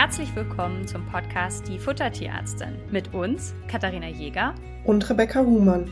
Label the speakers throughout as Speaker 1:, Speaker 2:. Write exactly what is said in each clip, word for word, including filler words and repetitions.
Speaker 1: Herzlich willkommen zum Podcast Die Futtertierärztin mit uns, Katharina Jäger
Speaker 2: und Rebecca Humann.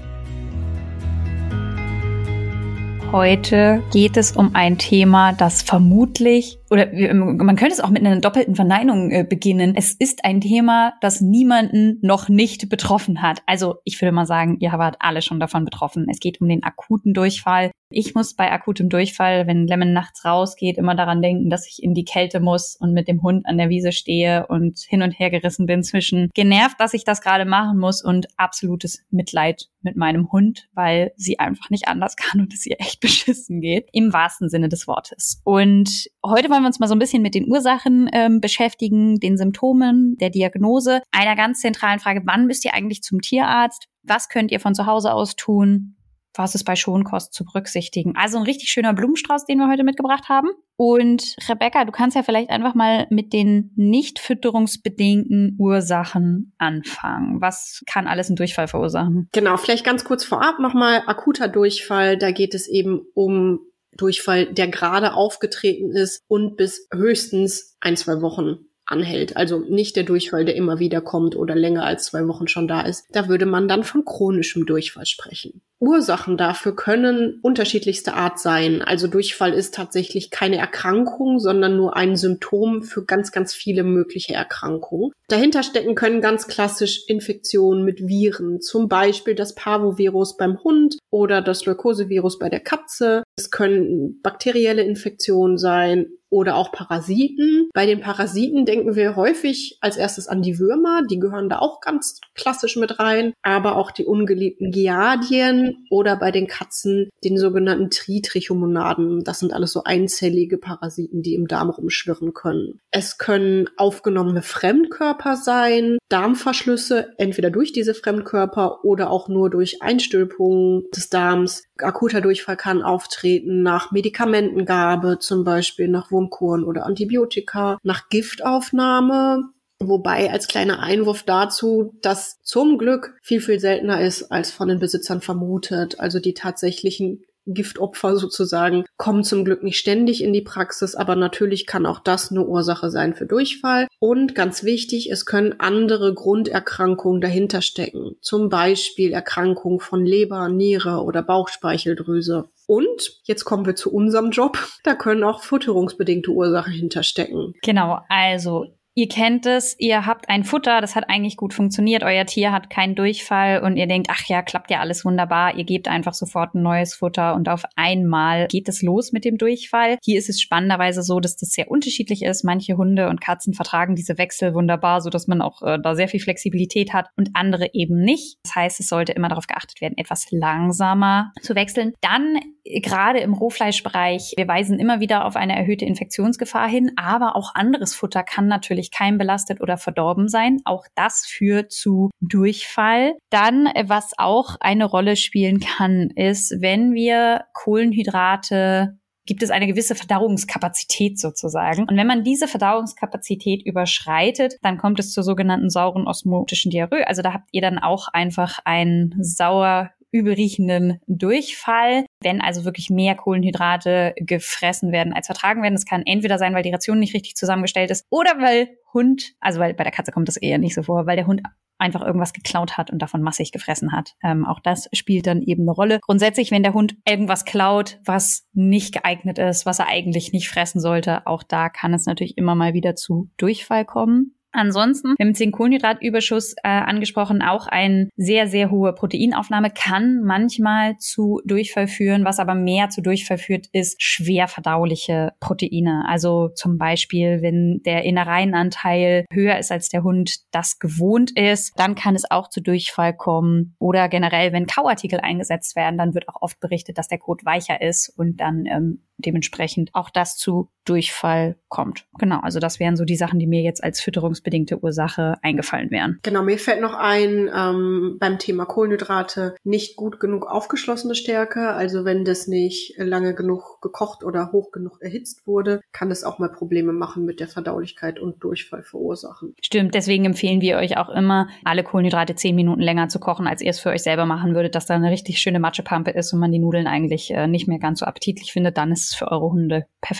Speaker 1: Heute geht es um ein Thema, das vermutlich, oder man könnte es auch mit einer doppelten Verneinung äh, beginnen. Es ist ein Thema, das niemanden noch nicht betroffen hat. Also ich würde mal sagen, ihr wart alle schon davon betroffen. Es geht um den akuten Durchfall. Ich muss bei akutem Durchfall, wenn Lemon nachts rausgeht, immer daran denken, dass ich in die Kälte muss und mit dem Hund an der Wiese stehe und hin und her gerissen bin zwischen genervt, dass ich das gerade machen muss und absolutes Mitleid mit meinem Hund, weil sie einfach nicht anders kann und es ihr echt beschissen geht, im wahrsten Sinne des Wortes. Und heute wollen wir uns mal so ein bisschen mit den Ursachen ähm, beschäftigen, den Symptomen, der Diagnose, einer ganz zentralen Frage: Wann müsst ihr eigentlich zum Tierarzt? Was könnt ihr von zu Hause aus tun? Was ist bei Schonkost zu berücksichtigen? Also ein richtig schöner Blumenstrauß, den wir heute mitgebracht haben. Und Rebecca, du kannst ja vielleicht einfach mal mit den nicht fütterungsbedingten Ursachen anfangen. Was kann alles einen Durchfall verursachen?
Speaker 2: Genau, vielleicht ganz kurz vorab nochmal akuter Durchfall. Da geht es eben um Durchfall, der gerade aufgetreten ist und bis höchstens ein, zwei Wochen anhält. Also nicht der Durchfall, der immer wieder kommt oder länger als zwei Wochen schon da ist. Da würde man dann von chronischem Durchfall sprechen. Ursachen dafür können unterschiedlichster Art sein. Also Durchfall ist tatsächlich keine Erkrankung, sondern nur ein Symptom für ganz, ganz viele mögliche Erkrankungen. Dahinter stecken können ganz klassisch Infektionen mit Viren, zum Beispiel das Parvovirus beim Hund oder das Leukosevirus bei der Katze. Es können bakterielle Infektionen sein oder auch Parasiten. Bei den Parasiten denken wir häufig als erstes an die Würmer, die gehören da auch ganz klassisch mit rein, aber auch die ungeliebten Giardien oder bei den Katzen den sogenannten Tritrichomonaden. Das sind alles so einzellige Parasiten, die im Darm rumschwirren können. Es können aufgenommene Fremdkörper sein, Darmverschlüsse, entweder durch diese Fremdkörper oder auch nur durch Einstülpungen des Darms. Akuter Durchfall kann auftreten nach Medikamentengabe, zum Beispiel nach Wurmkuren oder Antibiotika, nach Giftaufnahme. Wobei als kleiner Einwurf dazu, das zum Glück viel, viel seltener ist, als von den Besitzern vermutet. Also die tatsächlichen Giftopfer sozusagen kommen zum Glück nicht ständig in die Praxis, aber natürlich kann auch das eine Ursache sein für Durchfall. Und ganz wichtig, es können andere Grunderkrankungen dahinter stecken. Zum Beispiel Erkrankungen von Leber, Niere oder Bauchspeicheldrüse. Und jetzt kommen wir zu unserem Job. Da können auch fütterungsbedingte Ursachen hinterstecken.
Speaker 1: Genau, also ihr kennt es, ihr habt ein Futter, das hat eigentlich gut funktioniert, euer Tier hat keinen Durchfall und ihr denkt, ach ja, klappt ja alles wunderbar, ihr gebt einfach sofort ein neues Futter und auf einmal geht es los mit dem Durchfall. Hier ist es spannenderweise so, dass das sehr unterschiedlich ist. Manche Hunde und Katzen vertragen diese Wechsel wunderbar, sodass man auch äh, da sehr viel Flexibilität hat und andere eben nicht. Das heißt, es sollte immer darauf geachtet werden, etwas langsamer zu wechseln. Dann gerade im Rohfleischbereich, wir weisen immer wieder auf eine erhöhte Infektionsgefahr hin, aber auch anderes Futter kann natürlich keimbelastet oder verdorben sein. Auch das führt zu Durchfall. Dann, was auch eine Rolle spielen kann, ist, wenn wir Kohlenhydrate, gibt es eine gewisse Verdauungskapazität sozusagen. Und wenn man diese Verdauungskapazität überschreitet, dann kommt es zur sogenannten sauren osmotischen Diarrhoe. Also da habt ihr dann auch einfach einen sauer übelriechenden Durchfall, wenn also wirklich mehr Kohlenhydrate gefressen werden als vertragen werden. Das kann entweder sein, weil die Ration nicht richtig zusammengestellt ist oder weil Hund, also weil bei der Katze kommt das eher nicht so vor, weil der Hund einfach irgendwas geklaut hat und davon massig gefressen hat. Ähm, auch das spielt dann eben eine Rolle. Grundsätzlich, wenn der Hund irgendwas klaut, was nicht geeignet ist, was er eigentlich nicht fressen sollte, auch da kann es natürlich immer mal wieder zu Durchfall kommen. Ansonsten, wir haben jetzt den Kohlenhydratüberschuss äh, angesprochen, auch eine sehr, sehr hohe Proteinaufnahme kann manchmal zu Durchfall führen. Was aber mehr zu Durchfall führt, ist schwer verdauliche Proteine. Also zum Beispiel, wenn der Innereienanteil höher ist, als der Hund das gewohnt ist, dann kann es auch zu Durchfall kommen. Oder generell, wenn Kauartikel eingesetzt werden, dann wird auch oft berichtet, dass der Kot weicher ist und dann ähm, dementsprechend auch das zu Durchfall kommt. Genau, also das wären so die Sachen, die mir jetzt als fütterungsbedingte Ursache eingefallen wären.
Speaker 2: Genau, mir fällt noch ein, ähm, beim Thema Kohlenhydrate, nicht gut genug aufgeschlossene Stärke. Also wenn das nicht lange genug gekocht oder hoch genug erhitzt wurde, kann das auch mal Probleme machen mit der Verdaulichkeit und Durchfall verursachen.
Speaker 1: Stimmt, deswegen empfehlen wir euch auch immer, alle Kohlenhydrate zehn Minuten länger zu kochen, als ihr es für euch selber machen würdet, dass da eine richtig schöne Matschepampe ist und man die Nudeln eigentlich äh, nicht mehr ganz so appetitlich findet. Dann ist es für eure Hunde perfekt.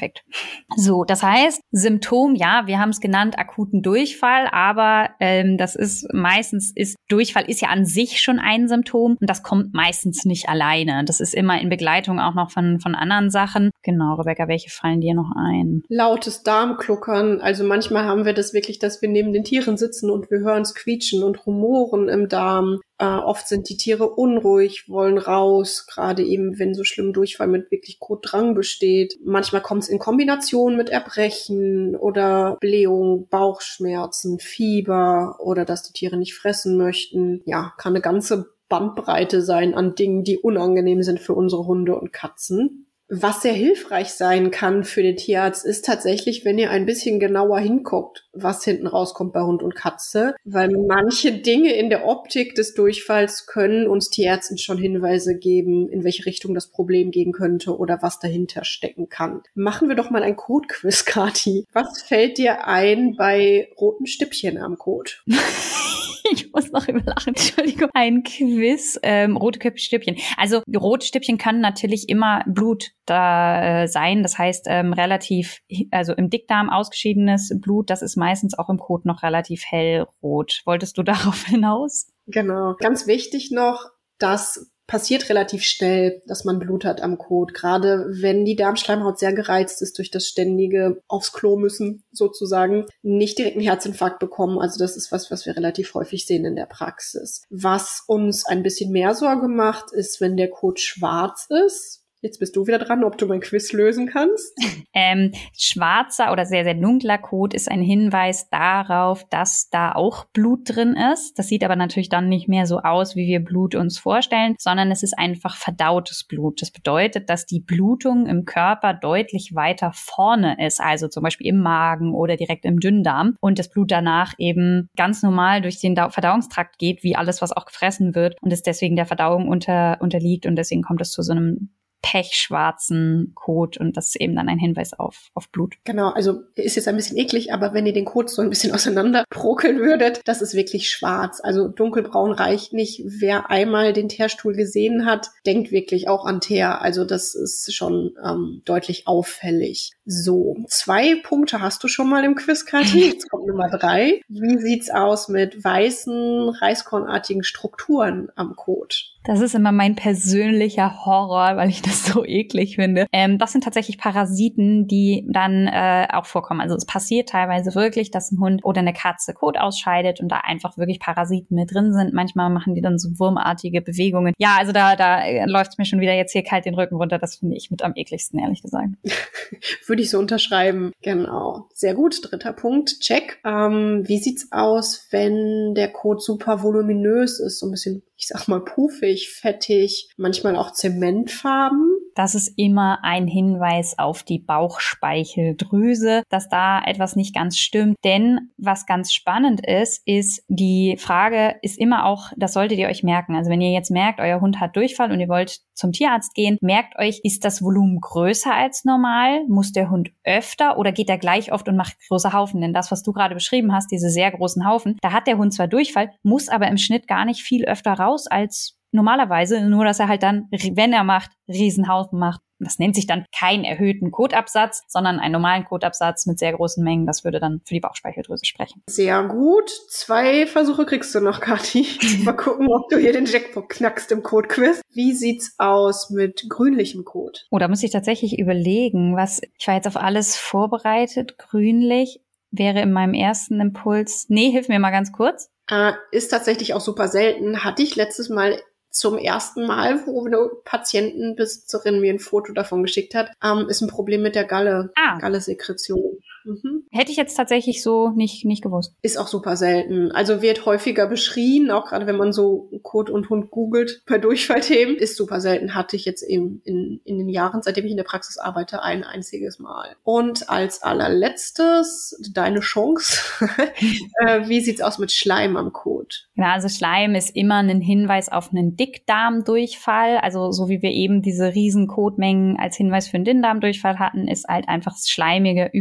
Speaker 1: So, das heißt, Symptom, ja, wir haben es genannt, akuten Durchfall, aber ähm, das ist meistens, ist Durchfall ist ja an sich schon ein Symptom und das kommt meistens nicht alleine. Das ist immer in Begleitung auch noch von von anderen Sachen. Genau, Rebecca, welche fallen dir noch ein?
Speaker 2: Lautes Darmkluckern, also manchmal haben wir das wirklich, dass wir neben den Tieren sitzen und wir hören es quietschen und rumoren im Darm. Äh, oft sind die Tiere unruhig, wollen raus, gerade eben, wenn so schlimm Durchfall mit wirklich Kotdrang besteht. Manchmal kommt es in Kombination mit Erbrechen oder Blähung, Bauchschmerzen, Fieber oder dass die Tiere nicht fressen möchten. Ja, kann eine ganze Bandbreite sein an Dingen, die unangenehm sind für unsere Hunde und Katzen. Was sehr hilfreich sein kann für den Tierarzt, ist tatsächlich, wenn ihr ein bisschen genauer hinguckt, was hinten rauskommt bei Hund und Katze, weil manche Dinge in der Optik des Durchfalls können uns Tierärzten schon Hinweise geben, in welche Richtung das Problem gehen könnte oder was dahinter stecken kann. Machen wir doch mal ein Code-Quiz, Kathi. Was fällt dir ein bei roten Stippchen am Code?
Speaker 1: Ich muss noch überlachen, Entschuldigung. Ein Quiz, ähm, rote Stippchen. Also rote Stippchen kann natürlich immer Blut da äh, sein. Das heißt, ähm, relativ, also im Dickdarm ausgeschiedenes Blut, das ist meistens auch im Kot noch relativ hellrot. Wolltest du darauf hinaus?
Speaker 2: Genau. Ganz wichtig noch, dass passiert relativ schnell, dass man Blut hat am Kot. Gerade wenn die Darmschleimhaut sehr gereizt ist durch das ständige aufs Klo müssen, sozusagen, nicht direkt einen Herzinfarkt bekommen. Also das ist was, was wir relativ häufig sehen in der Praxis. Was uns ein bisschen mehr Sorge macht, ist, wenn der Kot schwarz ist. Jetzt bist du wieder dran, ob du mein Quiz lösen kannst.
Speaker 1: Ähm, schwarzer oder sehr, sehr dunkler Kot ist ein Hinweis darauf, dass da auch Blut drin ist. Das sieht aber natürlich dann nicht mehr so aus, wie wir Blut uns vorstellen, sondern es ist einfach verdautes Blut. Das bedeutet, dass die Blutung im Körper deutlich weiter vorne ist, also zum Beispiel im Magen oder direkt im Dünndarm und das Blut danach eben ganz normal durch den Verdauungstrakt geht, wie alles, was auch gefressen wird und es deswegen der Verdauung unter, unterliegt und deswegen kommt es zu so einem pechschwarzen Kot und das ist eben dann ein Hinweis auf, auf Blut.
Speaker 2: Genau, also ist jetzt ein bisschen eklig, aber wenn ihr den Kot so ein bisschen auseinander brokeln würdet, das ist wirklich schwarz. Also dunkelbraun reicht nicht. Wer einmal den Teerstuhl gesehen hat, denkt wirklich auch an Teer. Also das ist schon ähm, deutlich auffällig. So, zwei Punkte hast du schon mal im Quiz, Kathi. Jetzt kommt Nummer drei. Wie sieht's aus mit weißen, reiskornartigen Strukturen am Kot?
Speaker 1: Das ist immer mein persönlicher Horror, weil ich das so eklig finde. Ähm, das sind tatsächlich Parasiten, die dann äh, auch vorkommen. Also es passiert teilweise wirklich, dass ein Hund oder eine Katze Kot ausscheidet und da einfach wirklich Parasiten mit drin sind. Manchmal machen die dann so wurmartige Bewegungen. Ja, also da, da äh, läuft es mir schon wieder jetzt hier kalt den Rücken runter. Das finde ich mit am ekligsten, ehrlich gesagt.
Speaker 2: Würde ich so unterschreiben. Genau. Sehr gut. Dritter Punkt. Check. Ähm, wie sieht's aus, wenn der Kot super voluminös ist? So ein bisschen, ich sag mal, puffig, fettig, manchmal auch zementfarben.
Speaker 1: Das ist immer ein Hinweis auf die Bauchspeicheldrüse, dass da etwas nicht ganz stimmt. Denn was ganz spannend ist, ist die Frage, ist immer auch, das solltet ihr euch merken. Also wenn ihr jetzt merkt, euer Hund hat Durchfall und ihr wollt zum Tierarzt gehen, merkt euch, ist das Volumen größer als normal? Muss der Hund öfter oder geht er gleich oft und macht große Haufen? Denn das, was du gerade beschrieben hast, diese sehr großen Haufen, da hat der Hund zwar Durchfall, muss aber im Schnitt gar nicht viel öfter raus als normalerweise, nur dass er halt dann, wenn er macht, Riesenhaufen macht. Das nennt sich dann keinen erhöhten Kotabsatz, sondern einen normalen Kotabsatz mit sehr großen Mengen. Das würde dann für die Bauchspeicheldrüse sprechen.
Speaker 2: Sehr gut. Zwei Versuche kriegst du noch, Kathi. Mal gucken, ob du hier den Jackpot knackst im Code-Quiz. Wie sieht's aus mit grünlichem Kot?
Speaker 1: Oh, da muss ich tatsächlich überlegen, was, ich war jetzt auf alles vorbereitet. Grünlich wäre in meinem ersten Impuls, nee, hilf mir mal ganz kurz.
Speaker 2: Äh, ist tatsächlich auch super selten. Hatte ich letztes Mal zum ersten Mal, wo eine Patientenbesitzerin mir ein Foto davon geschickt hat, ähm, ist ein Problem mit der Galle,
Speaker 1: ah.
Speaker 2: Gallesekretion. Mhm.
Speaker 1: Hätte ich jetzt tatsächlich so nicht nicht gewusst.
Speaker 2: Ist auch super selten. Also wird häufiger beschrien, auch gerade wenn man so Kot und Hund googelt bei Durchfallthemen. Ist super selten, hatte ich jetzt eben in, in den Jahren, seitdem ich in der Praxis arbeite, ein einziges Mal. Und als allerletztes, deine Chance. äh, wie sieht's aus mit Schleim am Kot?
Speaker 1: Ja, also Schleim ist immer ein Hinweis auf einen Dickdarmdurchfall. Also so wie wir eben diese riesen Kotmengen als Hinweis für einen Dünndarmdurchfall hatten, ist halt einfach das schleimige Überzug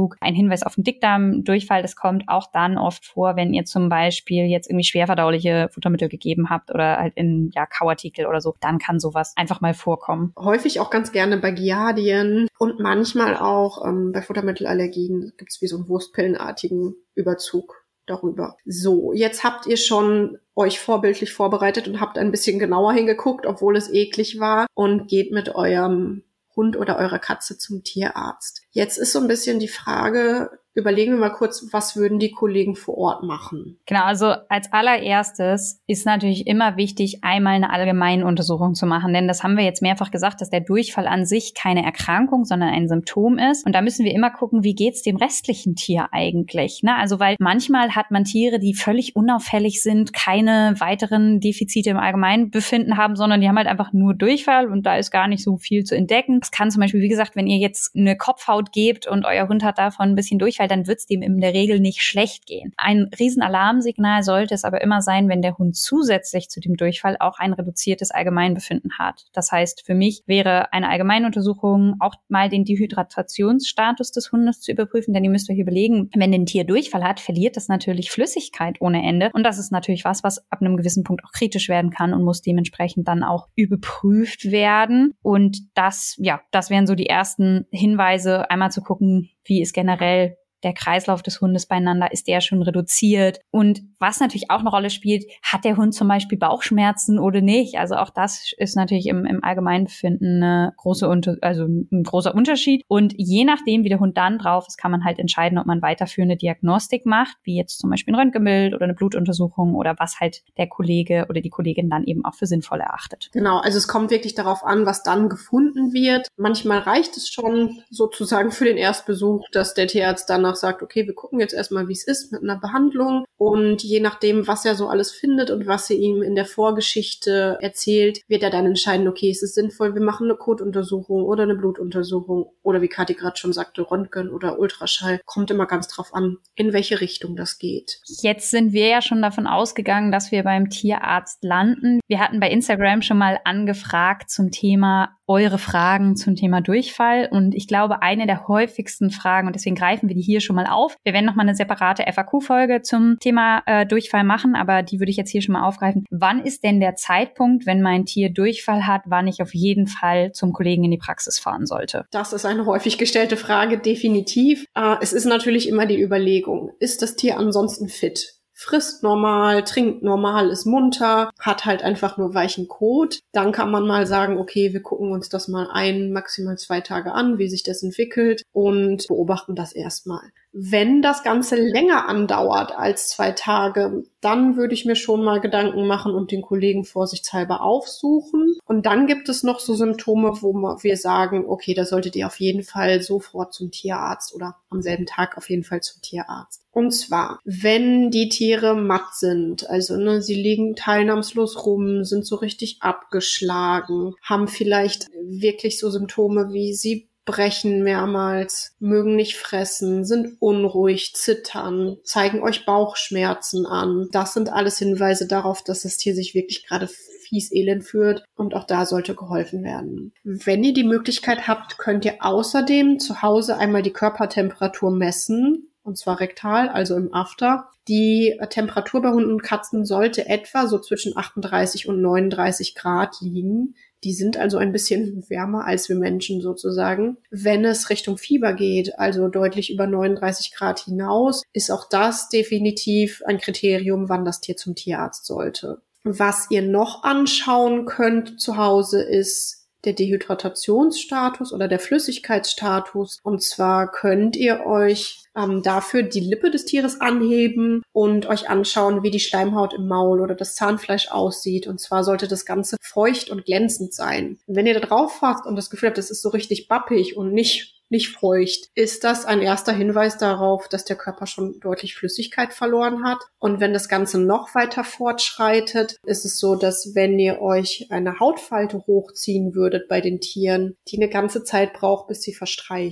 Speaker 1: Überflug. Ein Hinweis auf den Dickdarmdurchfall, das kommt auch dann oft vor, wenn ihr zum Beispiel jetzt irgendwie schwerverdauliche Futtermittel gegeben habt oder halt in ja, Kauartikel oder so, dann kann sowas einfach mal vorkommen.
Speaker 2: Häufig auch ganz gerne bei Giardien und manchmal auch ähm, bei Futtermittelallergien gibt es wie so einen Wurstpillenartigen Überzug darüber. So, jetzt habt ihr schon euch vorbildlich vorbereitet und habt ein bisschen genauer hingeguckt, obwohl es eklig war, und geht mit eurem Hund oder eurer Katze zum Tierarzt. Jetzt ist so ein bisschen die Frage, überlegen wir mal kurz, was würden die Kollegen vor Ort machen?
Speaker 1: Genau, also als allererstes ist natürlich immer wichtig, einmal eine Allgemeinuntersuchung zu machen, denn das haben wir jetzt mehrfach gesagt, dass der Durchfall an sich keine Erkrankung, sondern ein Symptom ist. Und da müssen wir immer gucken, wie geht's dem restlichen Tier eigentlich? Ne? Also weil manchmal hat man Tiere, die völlig unauffällig sind, keine weiteren Defizite im Allgemeinbefinden haben, sondern die haben halt einfach nur Durchfall und da ist gar nicht so viel zu entdecken. Das kann zum Beispiel, wie gesagt, wenn ihr jetzt eine Kopfhaut gebt und euer Hund hat davon ein bisschen Durchfall, dann wird es dem in der Regel nicht schlecht gehen. Ein Riesenalarmsignal sollte es aber immer sein, wenn der Hund zusätzlich zu dem Durchfall auch ein reduziertes Allgemeinbefinden hat. Das heißt, für mich wäre eine Allgemeinuntersuchung auch mal den Dehydratationsstatus des Hundes zu überprüfen, denn ihr müsst euch überlegen, wenn ein Tier Durchfall hat, verliert das natürlich Flüssigkeit ohne Ende und das ist natürlich was, was ab einem gewissen Punkt auch kritisch werden kann und muss dementsprechend dann auch überprüft werden. Und das, ja, das wären so die ersten Hinweise, einmal zu gucken, wie ist generell der Kreislauf des Hundes beieinander, ist der schon reduziert? Und was natürlich auch eine Rolle spielt, hat der Hund zum Beispiel Bauchschmerzen oder nicht? Also auch das ist natürlich im, im Allgemeinbefinden eine große Unter- also ein großer Unterschied. Und je nachdem, wie der Hund dann drauf ist, kann man halt entscheiden, ob man weiterführende Diagnostik macht, wie jetzt zum Beispiel ein Röntgenbild oder eine Blutuntersuchung oder was halt der Kollege oder die Kollegin dann eben auch für sinnvoll erachtet.
Speaker 2: Genau, also es kommt wirklich darauf an, was dann gefunden wird. Manchmal reicht es schon sozusagen für den Erstbesuch, dass der Tierarzt danach sagt, okay, wir gucken jetzt erstmal, wie es ist mit einer Behandlung, und je nachdem, was er so alles findet und was ihr ihm in der Vorgeschichte erzählt, wird er dann entscheiden, okay, ist es sinnvoll, wir machen eine Kotuntersuchung oder eine Blutuntersuchung oder wie Kathi gerade schon sagte, Röntgen oder Ultraschall. Kommt immer ganz drauf an, in welche Richtung das geht.
Speaker 1: Jetzt sind wir ja schon davon ausgegangen, dass wir beim Tierarzt landen. Wir hatten bei Instagram schon mal angefragt zum Thema eure Fragen zum Thema Durchfall. Und ich glaube, eine der häufigsten Fragen, und deswegen greifen wir die hier schon mal auf. Wir werden nochmal eine separate F A Q-Folge zum Thema äh, Durchfall machen, aber die würde ich jetzt hier schon mal aufgreifen. Wann ist denn der Zeitpunkt, wenn mein Tier Durchfall hat, wann ich auf jeden Fall zum Kollegen in die Praxis fahren sollte?
Speaker 2: Das ist eine häufig gestellte Frage, definitiv. Äh, es ist natürlich immer die Überlegung, ist das Tier ansonsten fit? Frisst normal, trinkt normal, ist munter, hat halt einfach nur weichen Kot. Dann kann man mal sagen, okay, wir gucken uns das mal ein, maximal zwei Tage an, wie sich das entwickelt, und beobachten das erstmal. Wenn das Ganze länger andauert als zwei Tage, dann würde ich mir schon mal Gedanken machen und den Kollegen vorsichtshalber aufsuchen. Und dann gibt es noch so Symptome, wo wir sagen, okay, da solltet ihr auf jeden Fall sofort zum Tierarzt oder am selben Tag auf jeden Fall zum Tierarzt. Und zwar, wenn die Tiere matt sind, also ne, sie liegen teilnahmslos rum, sind so richtig abgeschlagen, haben vielleicht wirklich so Symptome wie sie brechen mehrmals, mögen nicht fressen, sind unruhig, zittern, zeigen euch Bauchschmerzen an. Das sind alles Hinweise darauf, dass das Tier sich wirklich gerade fies elend fühlt, und auch da sollte geholfen werden. Wenn ihr die Möglichkeit habt, könnt ihr außerdem zu Hause einmal die Körpertemperatur messen, und zwar rektal, also im After. Die Temperatur bei Hunden und Katzen sollte etwa so zwischen achtunddreißig und neununddreißig Grad liegen. Die sind also ein bisschen wärmer als wir Menschen sozusagen. Wenn es Richtung Fieber geht, also deutlich über neununddreißig Grad hinaus, ist auch das definitiv ein Kriterium, wann das Tier zum Tierarzt sollte. Was ihr noch anschauen könnt zu Hause ist der Dehydratationsstatus oder der Flüssigkeitsstatus. Und zwar könnt ihr euch ähm, dafür die Lippe des Tieres anheben und euch anschauen, wie die Schleimhaut im Maul oder das Zahnfleisch aussieht. Und zwar sollte das Ganze feucht und glänzend sein. Wenn ihr da drauf fasst und das Gefühl habt, das ist so richtig bappig und nicht nicht feucht, ist das ein erster Hinweis darauf, dass der Körper schon deutlich Flüssigkeit verloren hat. Und wenn das Ganze noch weiter fortschreitet, ist es so, dass wenn ihr euch eine Hautfalte hochziehen würdet bei den Tieren, die eine ganze Zeit braucht, bis sie verstreicht.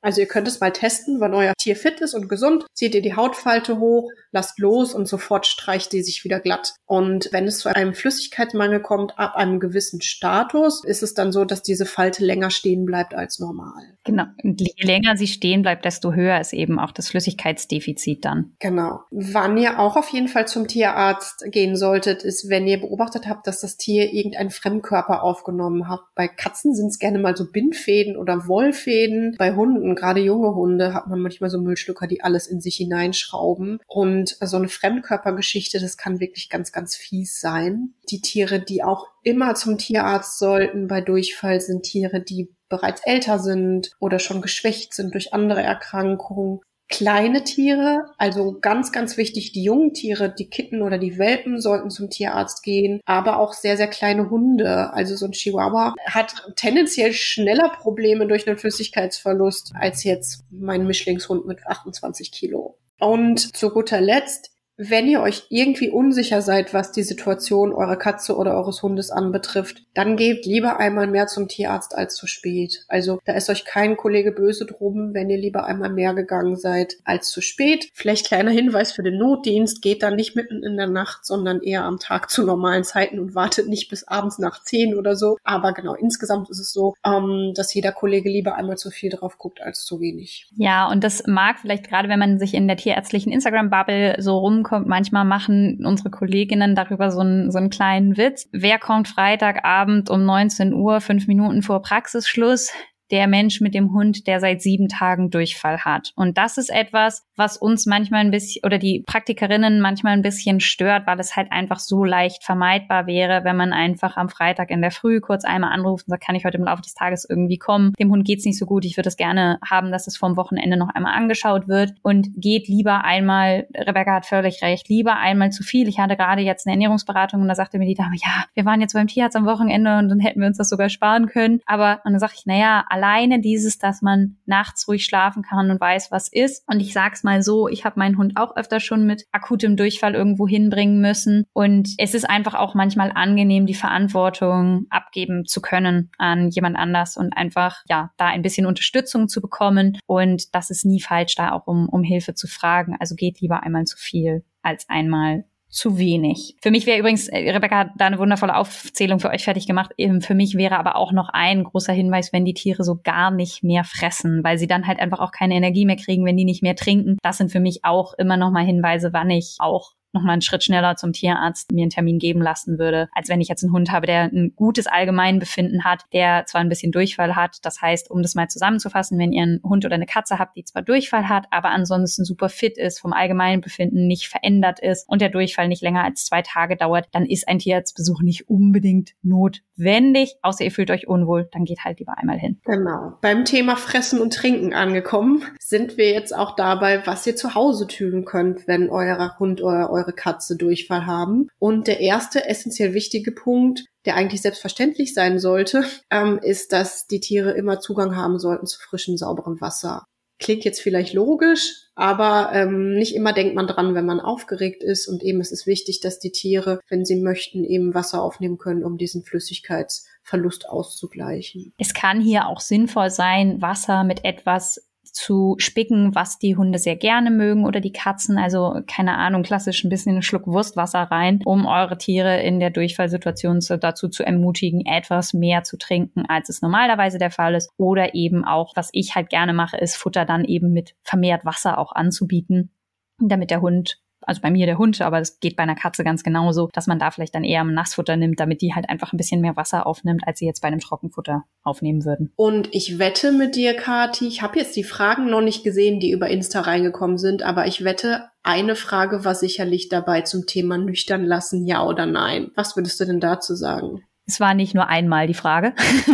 Speaker 2: Also ihr könnt es mal testen, wenn euer Tier fit ist und gesund, zieht ihr die Hautfalte hoch, lasst los und sofort streicht die sich wieder glatt. Und wenn es zu einem Flüssigkeitsmangel kommt, ab einem gewissen Status, ist es dann so, dass diese Falte länger stehen bleibt als normal.
Speaker 1: Genau. Und je länger sie stehen bleibt, desto höher ist eben auch das Flüssigkeitsdefizit dann.
Speaker 2: Genau. Wann ihr auch auf jeden Fall zum Tierarzt gehen solltet, ist, wenn ihr beobachtet habt, dass das Tier irgendeinen Fremdkörper aufgenommen hat. Bei Katzen sind es gerne mal so Bindfäden oder Wollfäden. Bei Hunden, gerade junge Hunde, hat man manchmal so Müllschlucker, die alles in sich hineinschrauben. Und so eine Fremdkörpergeschichte, das kann wirklich ganz, ganz fies sein. Die Tiere, die auch immer zum Tierarzt sollten bei Durchfall, sind Tiere, die bereits älter sind oder schon geschwächt sind durch andere Erkrankungen. Kleine Tiere, also ganz, ganz wichtig, die jungen Tiere, die Kitten oder die Welpen sollten zum Tierarzt gehen, aber auch sehr, sehr kleine Hunde. Also so ein Chihuahua hat tendenziell schneller Probleme durch einen Flüssigkeitsverlust als jetzt mein Mischlingshund mit achtundzwanzig Kilo. Und zu guter Letzt, wenn ihr euch irgendwie unsicher seid, was die Situation eurer Katze oder eures Hundes anbetrifft, dann geht lieber einmal mehr zum Tierarzt als zu spät. Also da ist euch kein Kollege böse drum, wenn ihr lieber einmal mehr gegangen seid als zu spät. Vielleicht kleiner Hinweis für den Notdienst, geht dann nicht mitten in der Nacht, sondern eher am Tag zu normalen Zeiten und wartet nicht bis abends nach zehn oder so. Aber genau, insgesamt ist es so, ähm, dass jeder Kollege lieber einmal zu viel drauf guckt als zu wenig.
Speaker 1: Ja, und das mag vielleicht gerade, wenn man sich in der tierärztlichen Instagram-Bubble so rumkommt, manchmal machen unsere Kolleginnen darüber so einen, so einen kleinen Witz. Wer kommt Freitagabend um neunzehn Uhr, fünf Minuten vor Praxisschluss? Der Mensch mit dem Hund, der seit sieben Tagen Durchfall hat. Und das ist etwas, was uns manchmal ein bisschen, oder die Praktikerinnen manchmal ein bisschen stört, weil es halt einfach so leicht vermeidbar wäre, wenn man einfach am Freitag in der Früh kurz einmal anruft und sagt, kann ich heute im Laufe des Tages irgendwie kommen? Dem Hund geht's nicht so gut, ich würde es gerne haben, dass es vom Wochenende noch einmal angeschaut wird, und geht lieber einmal, Rebecca hat völlig recht, lieber einmal zu viel. Ich hatte gerade jetzt eine Ernährungsberatung und da sagte mir die Dame, ja, wir waren jetzt beim Tierarzt am Wochenende und dann hätten wir uns das sogar sparen können. Aber, und dann sage ich, naja, alleine dieses, dass man nachts ruhig schlafen kann und weiß, was ist. Und ich sag's mal so, ich habe meinen Hund auch öfter schon mit akutem Durchfall irgendwo hinbringen müssen. Und es ist einfach auch manchmal angenehm, die Verantwortung abgeben zu können an jemand anders und einfach, ja, da ein bisschen Unterstützung zu bekommen. Und das ist nie falsch, da auch um, um Hilfe zu fragen. Also geht lieber einmal zu viel als einmal zu wenig. Für mich wäre übrigens, Rebecca hat da eine wundervolle Aufzählung für euch fertig gemacht, für mich wäre aber auch noch ein großer Hinweis, wenn die Tiere so gar nicht mehr fressen, weil sie dann halt einfach auch keine Energie mehr kriegen, wenn die nicht mehr trinken. Das sind für mich auch immer noch mal Hinweise, wann ich auch noch mal einen Schritt schneller zum Tierarzt mir einen Termin geben lassen würde, als wenn ich jetzt einen Hund habe, der ein gutes Allgemeinbefinden hat, der zwar ein bisschen Durchfall hat. Das heißt, um das mal zusammenzufassen, wenn ihr einen Hund oder eine Katze habt, die zwar Durchfall hat, aber ansonsten super fit ist, vom Allgemeinbefinden nicht verändert ist und der Durchfall nicht länger als zwei Tage dauert, dann ist ein Tierarztbesuch nicht unbedingt notwendig. Außer ihr fühlt euch unwohl, dann geht halt lieber einmal hin.
Speaker 2: Genau. Beim Thema Fressen und Trinken angekommen, sind wir jetzt auch dabei, was ihr zu Hause tun könnt, wenn euer Hund oder eure Katze Durchfall haben. Und der erste essentiell wichtige Punkt, der eigentlich selbstverständlich sein sollte, ähm, ist, dass die Tiere immer Zugang haben sollten zu frischem, sauberen Wasser. Klingt jetzt vielleicht logisch, aber ähm, nicht immer denkt man dran, wenn man aufgeregt ist. Und eben es ist wichtig, dass die Tiere, wenn sie möchten, eben Wasser aufnehmen können, um diesen Flüssigkeitsverlust auszugleichen.
Speaker 1: Es kann hier auch sinnvoll sein, Wasser mit etwas zu spicken, was die Hunde sehr gerne mögen oder die Katzen, also keine Ahnung, klassisch ein bisschen einen Schluck Wurstwasser rein, um eure Tiere in der Durchfallsituation zu, dazu zu ermutigen, etwas mehr zu trinken, als es normalerweise der Fall ist. Oder eben auch, was ich halt gerne mache, ist Futter dann eben mit vermehrt Wasser auch anzubieten, damit der Hund, also bei mir der Hund, aber das geht bei einer Katze ganz genauso, dass man da vielleicht dann eher ein Nassfutter nimmt, damit die halt einfach ein bisschen mehr Wasser aufnimmt, als sie jetzt bei einem Trockenfutter aufnehmen würden.
Speaker 2: Und ich wette mit dir, Kathi, ich habe jetzt die Fragen noch nicht gesehen, die über Insta reingekommen sind, aber ich wette, eine Frage war sicherlich dabei zum Thema nüchtern lassen, ja oder nein. Was würdest du denn dazu sagen?
Speaker 1: Es war nicht nur einmal die Frage.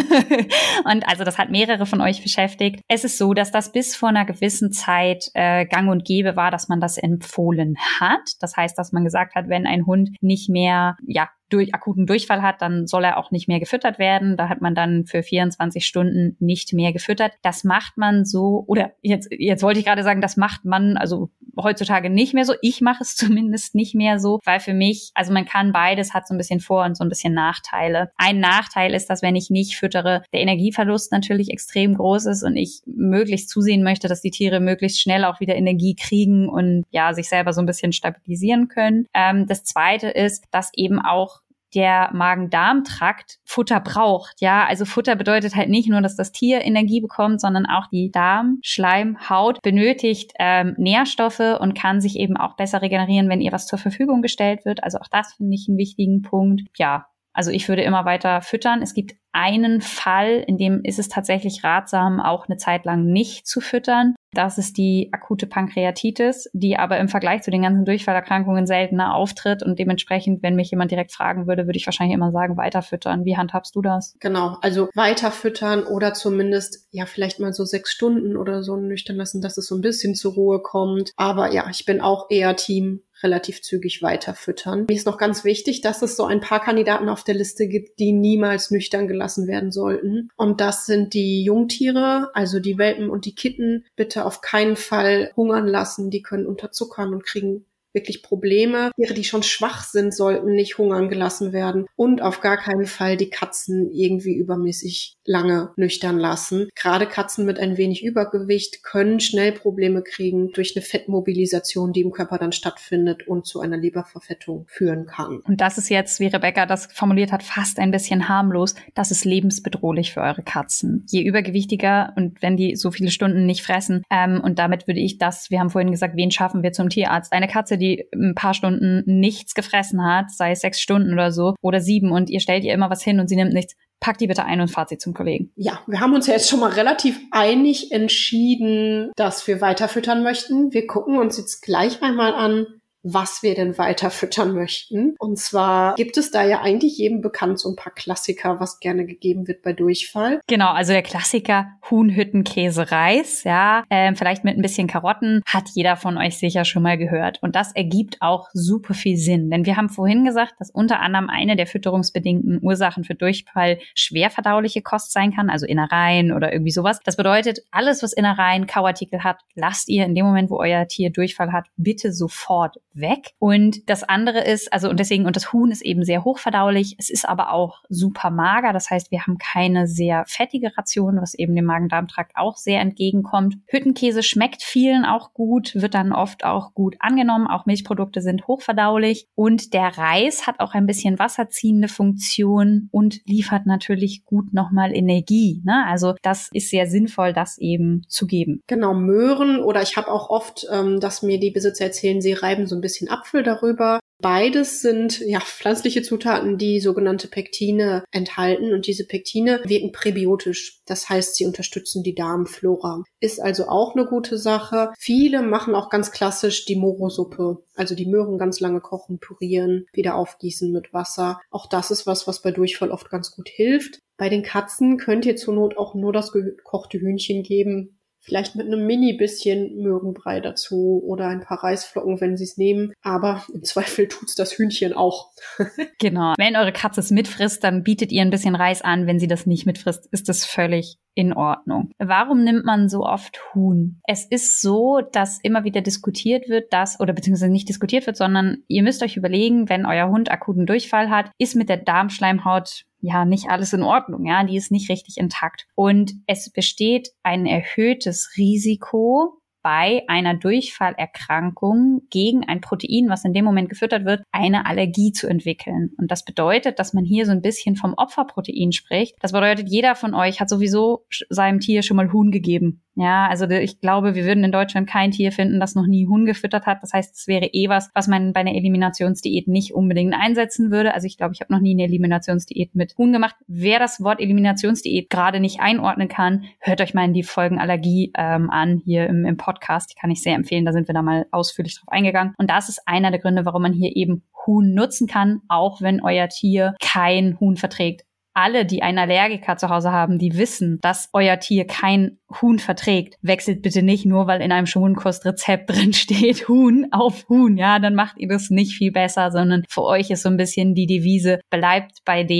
Speaker 1: Und also das hat mehrere von euch beschäftigt. Es ist so, dass das bis vor einer gewissen Zeit äh, gang und gäbe war, dass man das empfohlen hat. Das heißt, dass man gesagt hat, wenn ein Hund nicht mehr, ja, durch akuten Durchfall hat, dann soll er auch nicht mehr gefüttert werden. Da hat man dann für vierundzwanzig Stunden nicht mehr gefüttert. Das macht man so, oder jetzt, jetzt wollte ich gerade sagen, das macht man, also heutzutage nicht mehr so. Ich mache es zumindest nicht mehr so, weil für mich, also man kann beides, hat so ein bisschen Vor- und so ein bisschen Nachteile. Ein Nachteil ist, dass wenn ich nicht füttere, der Energieverlust natürlich extrem groß ist und ich möglichst zusehen möchte, dass die Tiere möglichst schnell auch wieder Energie kriegen und ja, sich selber so ein bisschen stabilisieren können. Ähm, das Zweite ist, dass eben auch der Magen-Darm-Trakt Futter braucht. Ja, also Futter bedeutet halt nicht nur, dass das Tier Energie bekommt, sondern auch die Darmschleimhaut benötigt ähm, Nährstoffe und kann sich eben auch besser regenerieren, wenn ihr was zur Verfügung gestellt wird. Also auch das finde ich einen wichtigen Punkt. Ja, also ich würde immer weiter füttern. Es gibt einen Fall, in dem ist es tatsächlich ratsam, auch eine Zeit lang nicht zu füttern. Das ist die akute Pankreatitis, die aber im Vergleich zu den ganzen Durchfallerkrankungen seltener auftritt. Und dementsprechend, wenn mich jemand direkt fragen würde, würde ich wahrscheinlich immer sagen, weiter füttern. Wie handhabst du das?
Speaker 2: Genau, also weiter füttern oder zumindest ja vielleicht mal so sechs Stunden oder so nüchtern lassen, dass es so ein bisschen zur Ruhe kommt. Aber ja, ich bin auch eher Team relativ zügig weiter füttern. Mir ist noch ganz wichtig, dass es so ein paar Kandidaten auf der Liste gibt, die niemals nüchtern gelassen werden sollten. Und das sind die Jungtiere, also die Welpen und die Kitten. Bitte auf keinen Fall hungern lassen. Die können unterzuckern und kriegen wirklich Probleme. Tiere, die schon schwach sind, sollten nicht hungern gelassen werden. Und auf gar keinen Fall die Katzen irgendwie übermäßig lange nüchtern lassen. Gerade Katzen mit ein wenig Übergewicht können schnell Probleme kriegen durch eine Fettmobilisation, die im Körper dann stattfindet und zu einer Leberverfettung führen kann.
Speaker 1: Und das ist jetzt, wie Rebecca das formuliert hat, fast ein bisschen harmlos. Das ist lebensbedrohlich für eure Katzen. Je übergewichtiger und wenn die so viele Stunden nicht fressen. Ähm, und damit würde ich das, wir haben vorhin gesagt, wen schaffen wir zum Tierarzt? Eine Katze, die die ein paar Stunden nichts gefressen hat, sei es sechs Stunden oder so oder sieben und ihr stellt ihr immer was hin und sie nimmt nichts, packt die bitte ein und fahrt sie zum Kollegen.
Speaker 2: Ja, wir haben uns ja jetzt schon mal relativ einig entschieden, dass wir weiterfüttern möchten. Wir gucken uns jetzt gleich einmal an, was wir denn weiter füttern möchten. Und zwar gibt es da ja eigentlich jedem bekannt so ein paar Klassiker, was gerne gegeben wird bei Durchfall.
Speaker 1: Genau, also der Klassiker Huhn, Hütten, Käse, Reis, ja, ähm, vielleicht mit ein bisschen Karotten, hat jeder von euch sicher schon mal gehört. Und das ergibt auch super viel Sinn, denn wir haben vorhin gesagt, dass unter anderem eine der fütterungsbedingten Ursachen für Durchfall schwerverdauliche Kost sein kann, also Innereien oder irgendwie sowas. Das bedeutet, alles, was Innereien, Kauartikel hat, lasst ihr in dem Moment, wo euer Tier Durchfall hat, bitte sofort weg. Und das andere ist, also und deswegen, und das Huhn ist eben sehr hochverdaulich, es ist aber auch super mager, das heißt, wir haben keine sehr fettige Ration, was eben dem Magen-Darm-Trakt auch sehr entgegenkommt. Hüttenkäse schmeckt vielen auch gut, wird dann oft auch gut angenommen, auch Milchprodukte sind hochverdaulich und der Reis hat auch ein bisschen wasserziehende Funktion und liefert natürlich gut nochmal Energie, ne? Also das ist sehr sinnvoll, das eben zu geben.
Speaker 2: Genau, Möhren oder ich habe auch oft, ähm, dass mir die Besitzer erzählen, sie reiben so ein bisschen Apfel darüber. Beides sind ja pflanzliche Zutaten, die sogenannte Pektine enthalten und diese Pektine wirken präbiotisch. Das heißt, sie unterstützen die Darmflora. Ist also auch eine gute Sache. Viele machen auch ganz klassisch die Moro-Suppe, also die Möhren ganz lange kochen, pürieren, wieder aufgießen mit Wasser. Auch das ist was, was bei Durchfall oft ganz gut hilft. Bei den Katzen könnt ihr zur Not auch nur das gekochte Hühnchen geben. Vielleicht mit einem mini bisschen Möhrenbrei dazu oder ein paar Reisflocken, wenn sie es nehmen. Aber im Zweifel tut's das Hühnchen auch.
Speaker 1: Genau. Wenn eure Katze es mitfrisst, dann bietet ihr ein bisschen Reis an. Wenn sie das nicht mitfrisst, ist das völlig in Ordnung. Warum nimmt man so oft Huhn? Es ist so, dass immer wieder diskutiert wird, dass, oder beziehungsweise nicht diskutiert wird, sondern ihr müsst euch überlegen, wenn euer Hund akuten Durchfall hat, ist mit der Darmschleimhaut ja nicht alles in Ordnung, ja, die ist nicht richtig intakt. Und es besteht ein erhöhtes Risiko bei einer Durchfallerkrankung gegen ein Protein, was in dem Moment gefüttert wird, eine Allergie zu entwickeln. Und das bedeutet, dass man hier so ein bisschen vom Opferprotein spricht. Das bedeutet, jeder von euch hat sowieso seinem Tier schon mal Huhn gegeben. Ja, also ich glaube, wir würden in Deutschland kein Tier finden, das noch nie Huhn gefüttert hat. Das heißt, es wäre eh was, was man bei einer Eliminationsdiät nicht unbedingt einsetzen würde. Also ich glaube, ich habe noch nie eine Eliminationsdiät mit Huhn gemacht. Wer das Wort Eliminationsdiät gerade nicht einordnen kann, hört euch mal in die Folgen Allergie ähm, an, hier im, im Podcast. Die kann ich sehr empfehlen, da sind wir da mal ausführlich drauf eingegangen. Und das ist einer der Gründe, warum man hier eben Huhn nutzen kann, auch wenn euer Tier kein Huhn verträgt. Alle, die einen Allergiker zu Hause haben, die wissen, dass euer Tier kein Huhn verträgt. Wechselt bitte nicht, nur weil in einem Schonkost-Rezept drin steht, Huhn auf Huhn. Ja, dann macht ihr das nicht viel besser, sondern für euch ist so ein bisschen die Devise, bleibt bei dem,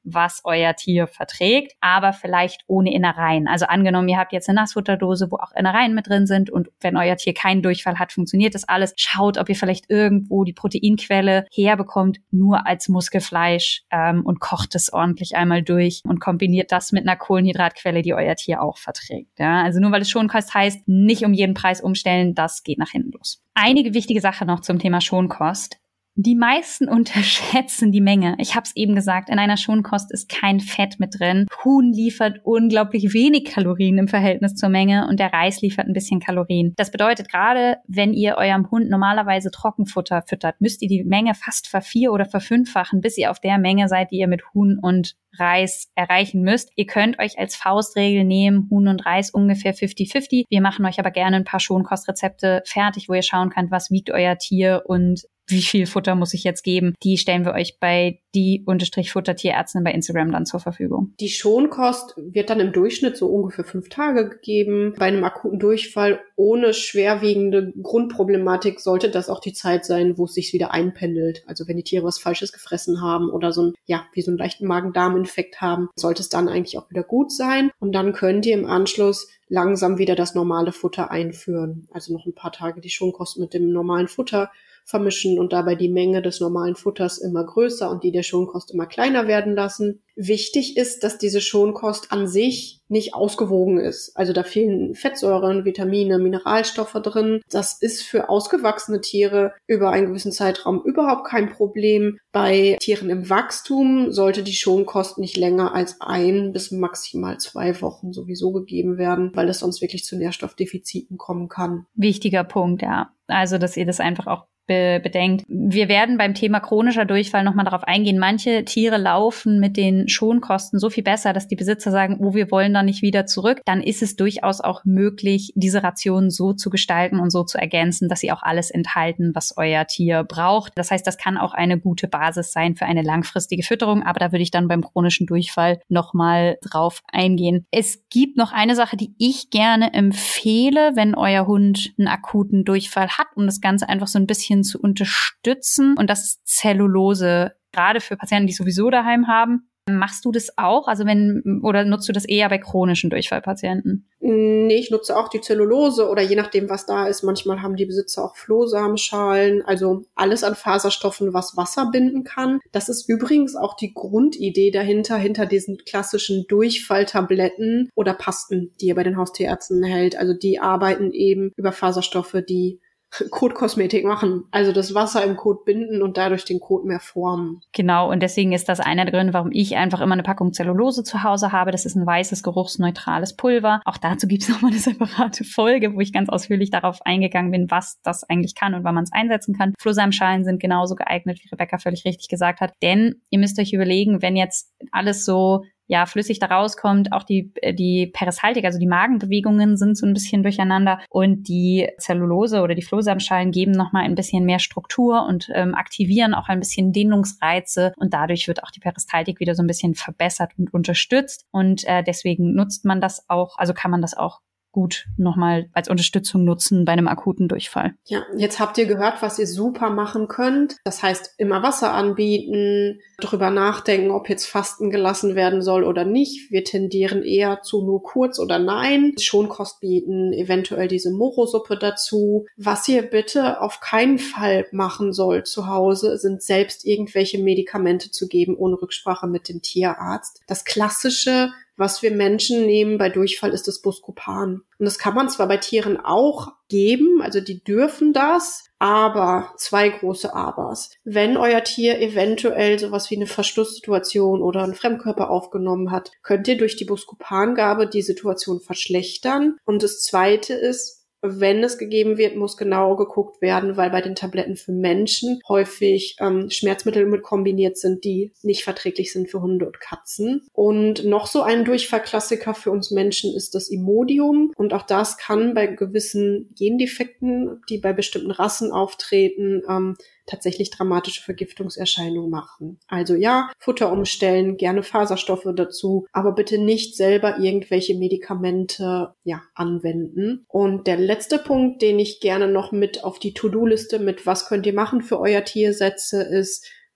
Speaker 1: was euer Tier verträgt, aber vielleicht ohne Innereien. Also angenommen, ihr habt jetzt eine Nassfutterdose, wo auch Innereien mit drin sind und wenn euer Tier keinen Durchfall hat, funktioniert das alles. Schaut, ob ihr vielleicht irgendwo die Proteinquelle herbekommt, nur als Muskelfleisch ähm, und kocht es ordentlich einmal durch und kombiniert das mit einer Kohlenhydratquelle, die euer Tier auch verträgt. Ja? Also nur weil es Schonkost heißt, nicht um jeden Preis umstellen, das geht nach hinten los. Einige wichtige Sachen noch zum Thema Schonkost. Die meisten unterschätzen die Menge. Ich habe es eben gesagt, in einer Schonkost ist kein Fett mit drin. Huhn liefert unglaublich wenig Kalorien im Verhältnis zur Menge und der Reis liefert ein bisschen Kalorien. Das bedeutet, gerade wenn ihr eurem Hund normalerweise Trockenfutter füttert, müsst ihr die Menge fast vervier- oder verfünffachen, bis ihr auf der Menge seid, die ihr mit Huhn und Reis erreichen müsst. Ihr könnt euch als Faustregel nehmen, Huhn und Reis ungefähr fünfzig fünfzig. Wir machen euch aber gerne ein paar Schonkostrezepte fertig, wo ihr schauen könnt, was wiegt euer Tier und wie viel Futter muss ich jetzt geben. Die stellen wir euch bei die Unterstrich Futtertierärztin bei Instagram dann zur Verfügung.
Speaker 2: Die Schonkost wird dann im Durchschnitt so ungefähr fünf Tage gegeben. Bei einem akuten Durchfall ohne schwerwiegende Grundproblematik sollte das auch die Zeit sein, wo es sich wieder einpendelt. Also wenn die Tiere was Falsches gefressen haben oder so ein, ja, wie so einen leichten Magen-Darm-Infekt haben, sollte es dann eigentlich auch wieder gut sein. Und dann könnt ihr im Anschluss langsam wieder das normale Futter einführen. Also noch ein paar Tage die Schonkost mit dem normalen Futter vermischen und dabei die Menge des normalen Futters immer größer und die der Schonkost immer kleiner werden lassen. Wichtig ist, dass diese Schonkost an sich nicht ausgewogen ist. Also da fehlen Fettsäuren, Vitamine, Mineralstoffe drin. Das ist für ausgewachsene Tiere über einen gewissen Zeitraum überhaupt kein Problem. Bei Tieren im Wachstum sollte die Schonkost nicht länger als ein bis maximal zwei Wochen sowieso gegeben werden, weil es sonst wirklich zu Nährstoffdefiziten kommen kann.
Speaker 1: Wichtiger Punkt, ja. Also, dass ihr das einfach auch bedenkt. Wir werden beim Thema chronischer Durchfall nochmal darauf eingehen. Manche Tiere laufen mit den Schonkosten so viel besser, dass die Besitzer sagen, oh, wir wollen da nicht wieder zurück. Dann ist es durchaus auch möglich, diese Rationen so zu gestalten und so zu ergänzen, dass sie auch alles enthalten, was euer Tier braucht. Das heißt, das kann auch eine gute Basis sein für eine langfristige Fütterung, aber da würde ich dann beim chronischen Durchfall nochmal drauf eingehen. Es gibt noch eine Sache, die ich gerne empfehle, wenn euer Hund einen akuten Durchfall hat, um das Ganze einfach so ein bisschen zu unterstützen. Und das ist Zellulose. Gerade für Patienten, die sowieso daheim haben. Machst du das auch? Also wenn, oder nutzt du das eher bei chronischen Durchfallpatienten?
Speaker 2: Nee, ich nutze auch die Zellulose oder je nachdem, was da ist. Manchmal haben die Besitzer auch Flohsamenschalen. Also alles an Faserstoffen, was Wasser binden kann. Das ist übrigens auch die Grundidee dahinter, hinter diesen klassischen Durchfalltabletten oder Pasten, die ihr bei den Haustierärzten hält. Also die arbeiten eben über Faserstoffe, die Kotkosmetik machen, also das Wasser im Kot binden und dadurch den Kot mehr formen.
Speaker 1: Genau, und deswegen ist das einer der Gründe, warum ich einfach immer eine Packung Zellulose zu Hause habe. Das ist ein weißes, geruchsneutrales Pulver. Auch dazu gibt es nochmal eine separate Folge, wo ich ganz ausführlich darauf eingegangen bin, was das eigentlich kann und wann man es einsetzen kann. Flohsamenschalen sind genauso geeignet, wie Rebecca völlig richtig gesagt hat. Denn ihr müsst euch überlegen, wenn jetzt alles so ja, flüssig da rauskommt, auch die, die Peristaltik, also die Magenbewegungen sind so ein bisschen durcheinander und die Zellulose oder die Flohsamenschalen geben nochmal ein bisschen mehr Struktur und ähm, aktivieren auch ein bisschen Dehnungsreize und dadurch wird auch die Peristaltik wieder so ein bisschen verbessert und unterstützt und äh, deswegen nutzt man das auch, also kann man das auch gut nochmal als Unterstützung nutzen bei einem akuten Durchfall.
Speaker 2: Ja, jetzt habt ihr gehört, was ihr super machen könnt. Das heißt, immer Wasser anbieten, drüber nachdenken, ob jetzt Fasten gelassen werden soll oder nicht. Wir tendieren eher zu nur kurz oder nein. Schonkost bieten, eventuell diese Moro-Suppe dazu. Was ihr bitte auf keinen Fall machen sollt zu Hause, sind selbst irgendwelche Medikamente zu geben, ohne Rücksprache mit dem Tierarzt. Das klassische, was wir Menschen nehmen bei Durchfall, ist das Buscopan. Und das kann man zwar bei Tieren auch geben, also die dürfen das, aber zwei große Abers. Wenn euer Tier eventuell sowas wie eine Verschlusssituation oder einen Fremdkörper aufgenommen hat, könnt ihr durch die Buscopan-Gabe die Situation verschlechtern. Und das Zweite ist, wenn es gegeben wird, muss genau geguckt werden, weil bei den Tabletten für Menschen häufig ähm, Schmerzmittel mit kombiniert sind, die nicht verträglich sind für Hunde und Katzen. Und noch so ein Durchfallklassiker für uns Menschen ist das Imodium. Und auch das kann bei gewissen Gendefekten, die bei bestimmten Rassen auftreten, ähm, tatsächlich dramatische Vergiftungserscheinungen machen. Also ja, Futter umstellen, gerne Faserstoffe dazu, aber bitte nicht selber irgendwelche Medikamente ja anwenden. Und der letzte Punkt, den ich gerne noch mit auf die To-Do-Liste mit was könnt ihr machen für euer Tier setze, ist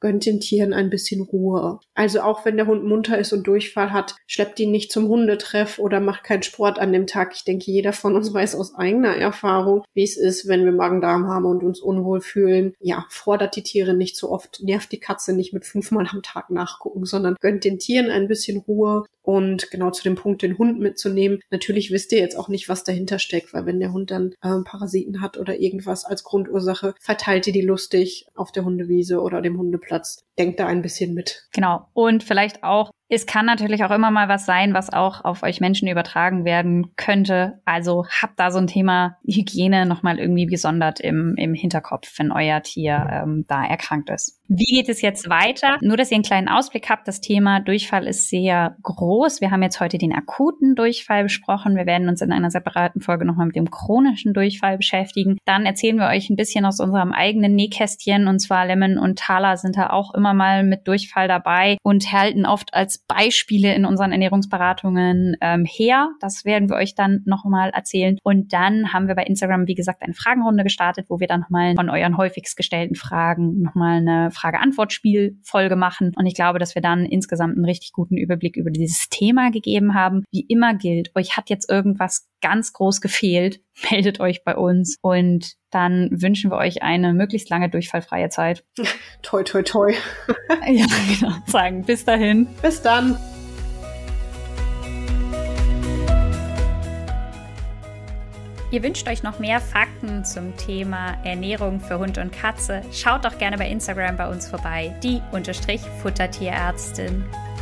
Speaker 2: gönnt den Tieren ein bisschen Ruhe. Also auch wenn der Hund munter ist und Durchfall hat, schleppt ihn nicht zum Hundetreff oder macht keinen Sport an dem Tag. Ich denke, jeder von uns weiß aus eigener Erfahrung, wie es ist, wenn wir Magen-Darm haben und uns unwohl fühlen. Ja, fordert die Tiere nicht so oft, nervt die Katze nicht mit fünfmal am Tag nachgucken, sondern gönnt den Tieren ein bisschen Ruhe. Und genau zu dem Punkt, den Hund mitzunehmen. Natürlich wisst ihr jetzt auch nicht, was dahinter steckt, weil wenn der Hund dann äh, Parasiten hat oder irgendwas als Grundursache, verteilt ihr die lustig auf der Hundewiese oder dem Hundeplatz. Denkt da ein bisschen mit.
Speaker 1: Genau. Und vielleicht auch, es kann natürlich auch immer mal was sein, was auch auf euch Menschen übertragen werden könnte. Also habt da so ein Thema Hygiene nochmal irgendwie gesondert im, im Hinterkopf, wenn euer Tier ähm, da erkrankt ist. Wie geht es jetzt weiter? Nur, dass ihr einen kleinen Ausblick habt. Das Thema Durchfall ist sehr groß. Wir haben jetzt heute den akuten Durchfall besprochen. Wir werden uns in einer separaten Folge nochmal mit dem chronischen Durchfall beschäftigen. Dann erzählen wir euch ein bisschen aus unserem eigenen Nähkästchen. Und zwar Lemon und Thala sind da auch immer mal mit Durchfall dabei und halten oft als Beispiele in unseren Ernährungsberatungen ähm, her. Das werden wir euch dann nochmal erzählen. Und dann haben wir bei Instagram, wie gesagt, eine Fragenrunde gestartet, wo wir dann nochmal von euren häufigst gestellten Fragen nochmal eine Frage-Antwort-Spiel-Folge machen. Und ich glaube, dass wir dann insgesamt einen richtig guten Überblick über dieses Thema gegeben haben. Wie immer gilt, euch hat jetzt irgendwas ganz groß gefehlt, meldet euch bei uns und dann wünschen wir euch eine möglichst lange durchfallfreie Zeit.
Speaker 2: Toi, toi, toi.
Speaker 1: Ja, genau. Sagen bis dahin.
Speaker 2: Bis dann.
Speaker 1: Ihr wünscht euch noch mehr Fakten zum Thema Ernährung für Hund und Katze? Schaut doch gerne bei Instagram bei uns vorbei, die unterstrich Futtertierärztin.